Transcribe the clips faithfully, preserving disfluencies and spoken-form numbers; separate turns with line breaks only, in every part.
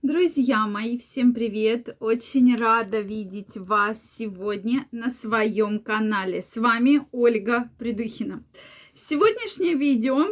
Друзья мои, всем привет! Очень рада видеть вас сегодня на своем канале. С вами Ольга Придыхина. Сегодняшнее видео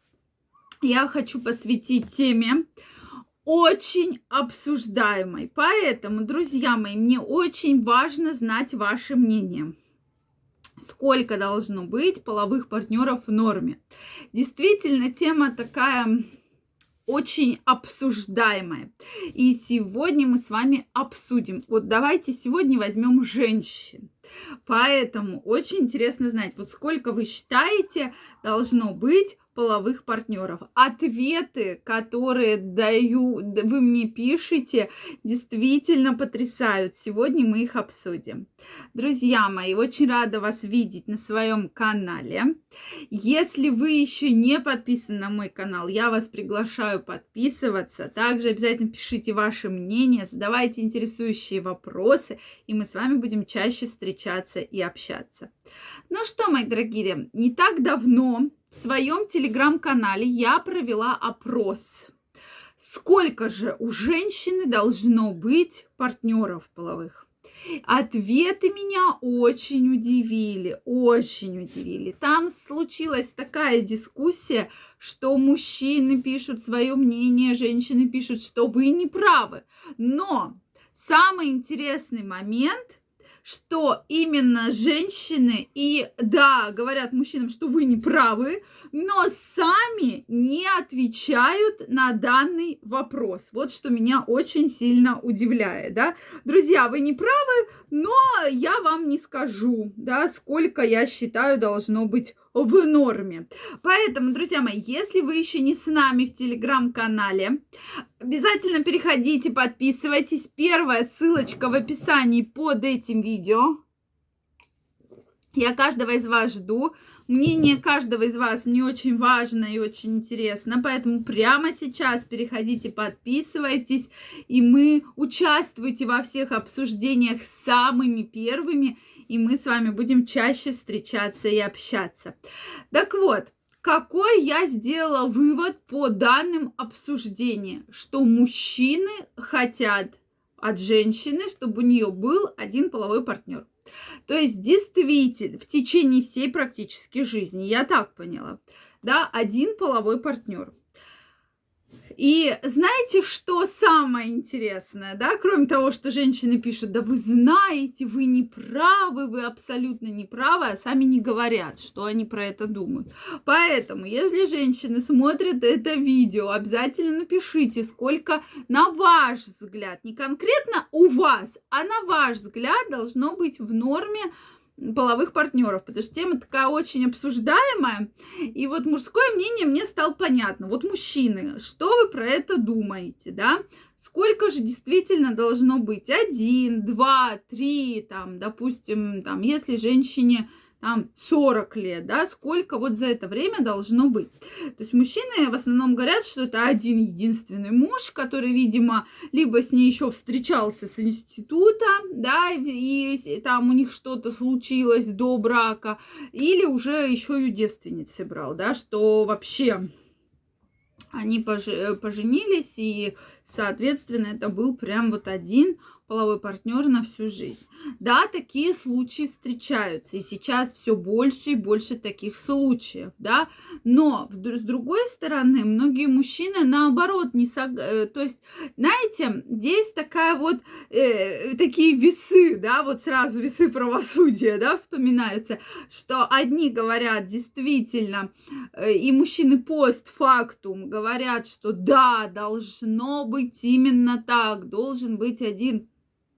я хочу посвятить теме очень обсуждаемой. Поэтому, друзья мои, мне очень важно знать ваше мнение. Сколько должно быть половых партнеров в норме? Действительно, тема такая очень обсуждаемая. И сегодня мы с вами обсудим. Вот давайте сегодня возьмем женщин. Поэтому очень интересно знать, вот сколько вы считаете должно быть половых партнеров. Ответы, которые даю, вы мне пишете, действительно потрясают. Сегодня мы их обсудим. Друзья мои, очень рада вас видеть на своем канале. Если вы еще не подписаны на мой канал, я вас приглашаю подписываться. Также обязательно пишите ваше мнение, задавайте интересующие вопросы, и мы с вами будем чаще встречаться и общаться. Ну что, мои дорогие, не так давно в своем телеграм-канале я провела опрос. Сколько же у женщины должно быть партнеров половых? Ответы меня очень удивили, очень удивили. Там случилась такая дискуссия, что мужчины пишут свое мнение, женщины пишут, что вы не правы. Но самый интересный момент, что именно женщины и, да, говорят мужчинам, что вы не правы, но сами не отвечают на данный вопрос. Вот что меня очень сильно удивляет, да. Друзья, вы не правы, но я вам не скажу, да, сколько я считаю должно быть в норме. Поэтому, друзья мои, если вы еще не с нами в телеграм-канале, обязательно переходите, подписывайтесь. Первая ссылочка в описании под этим видео. Я каждого из вас жду. Мнение каждого из вас мне очень важно и очень интересно. Поэтому прямо сейчас переходите, подписывайтесь. И мы участвуйте во всех обсуждениях самыми первыми. И мы с вами будем чаще встречаться и общаться. Так вот, какой я сделала вывод по данным обсуждения? Что мужчины хотят от женщины, чтобы у нее был один половой партнер. То есть, действительно, в течение всей практически жизни, я так поняла, да, один половой партнер. И знаете, что самое интересное, да, кроме того, что женщины пишут, да вы знаете, вы не правы, вы абсолютно не правы, а сами не говорят, что они про это думают. Поэтому, если женщины смотрят это видео, обязательно напишите, сколько, на ваш взгляд, не конкретно у вас, а на ваш взгляд должно быть в норме половых партнеров, потому что тема такая очень обсуждаемая. И вот мужское мнение мне стало понятно. Вот мужчины, что вы про это думаете, да? Сколько же действительно должно быть? Один, два, три, там, допустим, там, если женщине там сорок лет, да, сколько вот за это время должно быть. То есть мужчины в основном говорят, что это один единственный муж, который, видимо, либо с ней еще встречался с института, да, и, и там у них что-то случилось до брака, или уже еще ее девственницей брал, да, что вообще они поженились, и, соответственно, это был прям вот один половой партнер на всю жизнь. Да, такие случаи встречаются, и сейчас все больше и больше таких случаев, да, но с другой стороны, многие мужчины наоборот не сог... то есть, знаете, здесь такая вот, э, такие весы, да, вот сразу весы правосудия, да, вспоминаются, что одни говорят действительно, э, и мужчины постфактум говорят, что да, должно быть именно так, должен быть один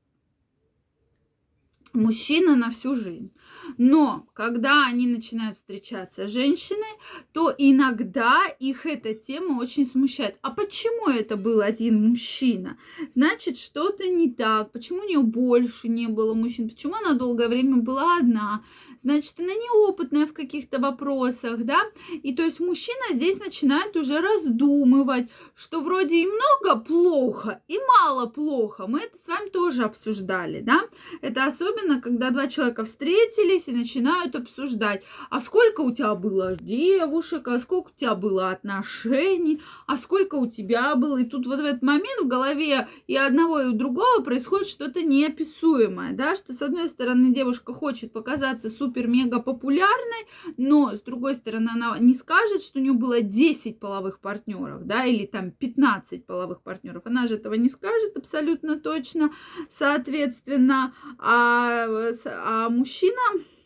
мужчина на всю жизнь. Но когда они начинают встречаться с женщиной, то иногда их эта тема очень смущает. А почему это был один мужчина? Значит, что-то не так. Почему у нее больше не было мужчин? Почему она долгое время была одна? Значит, она неопытная в каких-то вопросах, да? И то есть мужчина здесь начинает уже раздумывать, что вроде и много плохо, и мало плохо. Мы это с вами тоже обсуждали, да? Это особенно естественно, когда два человека встретились и начинают обсуждать, а сколько у тебя было девушек, а сколько у тебя было отношений, а сколько у тебя было. И тут вот в этот момент в голове и одного, и у другого происходит что-то неописуемое, да, что с одной стороны девушка хочет показаться супер-мега популярной, но с другой стороны она не скажет, что у нее было десять половых партнеров, да, или там пятнадцать половых партнеров. Она же этого не скажет абсолютно точно, соответственно, а, а мужчина,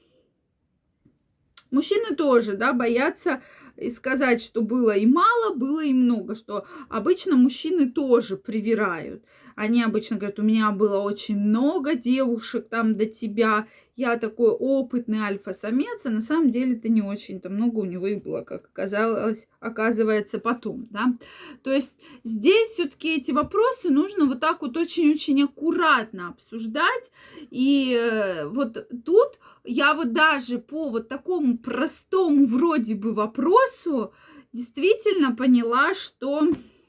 мужчины тоже, да, боятся и сказать, что было и мало, было и много, что обычно мужчины тоже привирают. Они обычно говорят, у меня было очень много девушек там до тебя, я такой опытный альфа-самец, а на самом деле это не очень-то много у него и было, как оказалось, оказывается потом, да. То есть здесь все-таки эти вопросы нужно вот так вот очень-очень аккуратно обсуждать, и вот тут я вот даже по вот такому простому вроде бы вопросу действительно поняла, что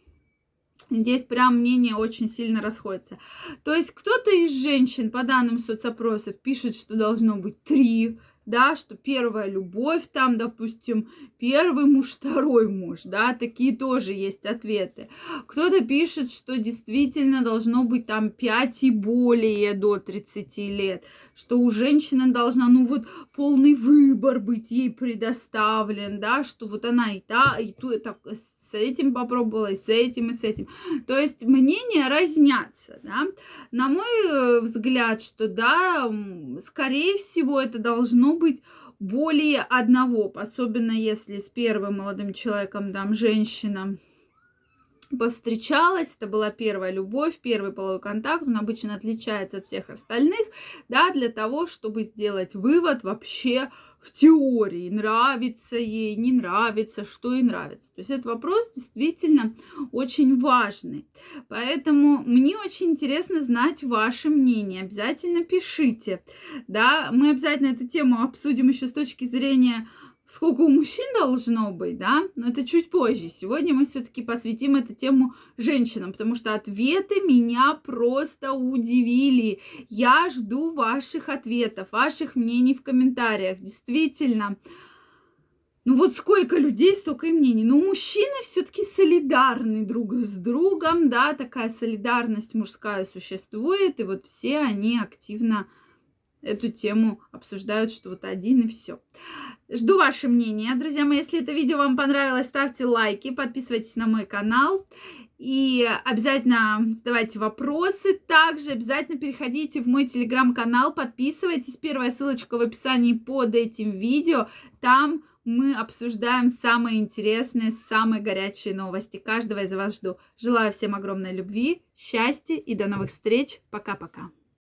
здесь прям мнение очень сильно расходится. То есть кто-то из женщин, по данным соцопросов, пишет, что должно быть три, да, что первая любовь там, допустим, первый муж, второй муж, да, такие тоже есть ответы. Кто-то пишет, что действительно должно быть там пять и более до тридцати лет, что у женщины должна, ну вот, полный выбор быть ей предоставлен, да, что вот она и та, и ту, и так, с этим попробовала, и с этим, и с этим. То есть мнения разнятся, да. На мой взгляд, что да, скорее всего, это должно быть более одного, особенно если с первым молодым человеком там женщина повстречалась, это была первая любовь, первый половой контакт, он обычно отличается от всех остальных, да, для того, чтобы сделать вывод вообще в теории, нравится ей, не нравится, что ей нравится. То есть этот вопрос действительно очень важный. Поэтому мне очень интересно знать ваше мнение. Обязательно пишите. Да, мы обязательно эту тему обсудим еще с точки зрения, сколько у мужчин должно быть, да, но это чуть позже. Сегодня мы все-таки посвятим эту тему женщинам, потому что ответы меня просто удивили. Я жду ваших ответов, ваших мнений в комментариях. Действительно, ну вот сколько людей, столько и мнений. Но мужчины все-таки солидарны друг с другом, да, такая солидарность мужская существует, и вот все они активно эту тему обсуждают, что вот один и все. Жду ваше мнение, друзья мои. Если это видео вам понравилось, ставьте лайки, подписывайтесь на мой канал. И обязательно задавайте вопросы. Также обязательно переходите в мой телеграм-канал, подписывайтесь. Первая ссылочка в описании под этим видео. Там мы обсуждаем самые интересные, самые горячие новости. Каждого из вас жду. Желаю всем огромной любви, счастья и до новых встреч. Пока-пока.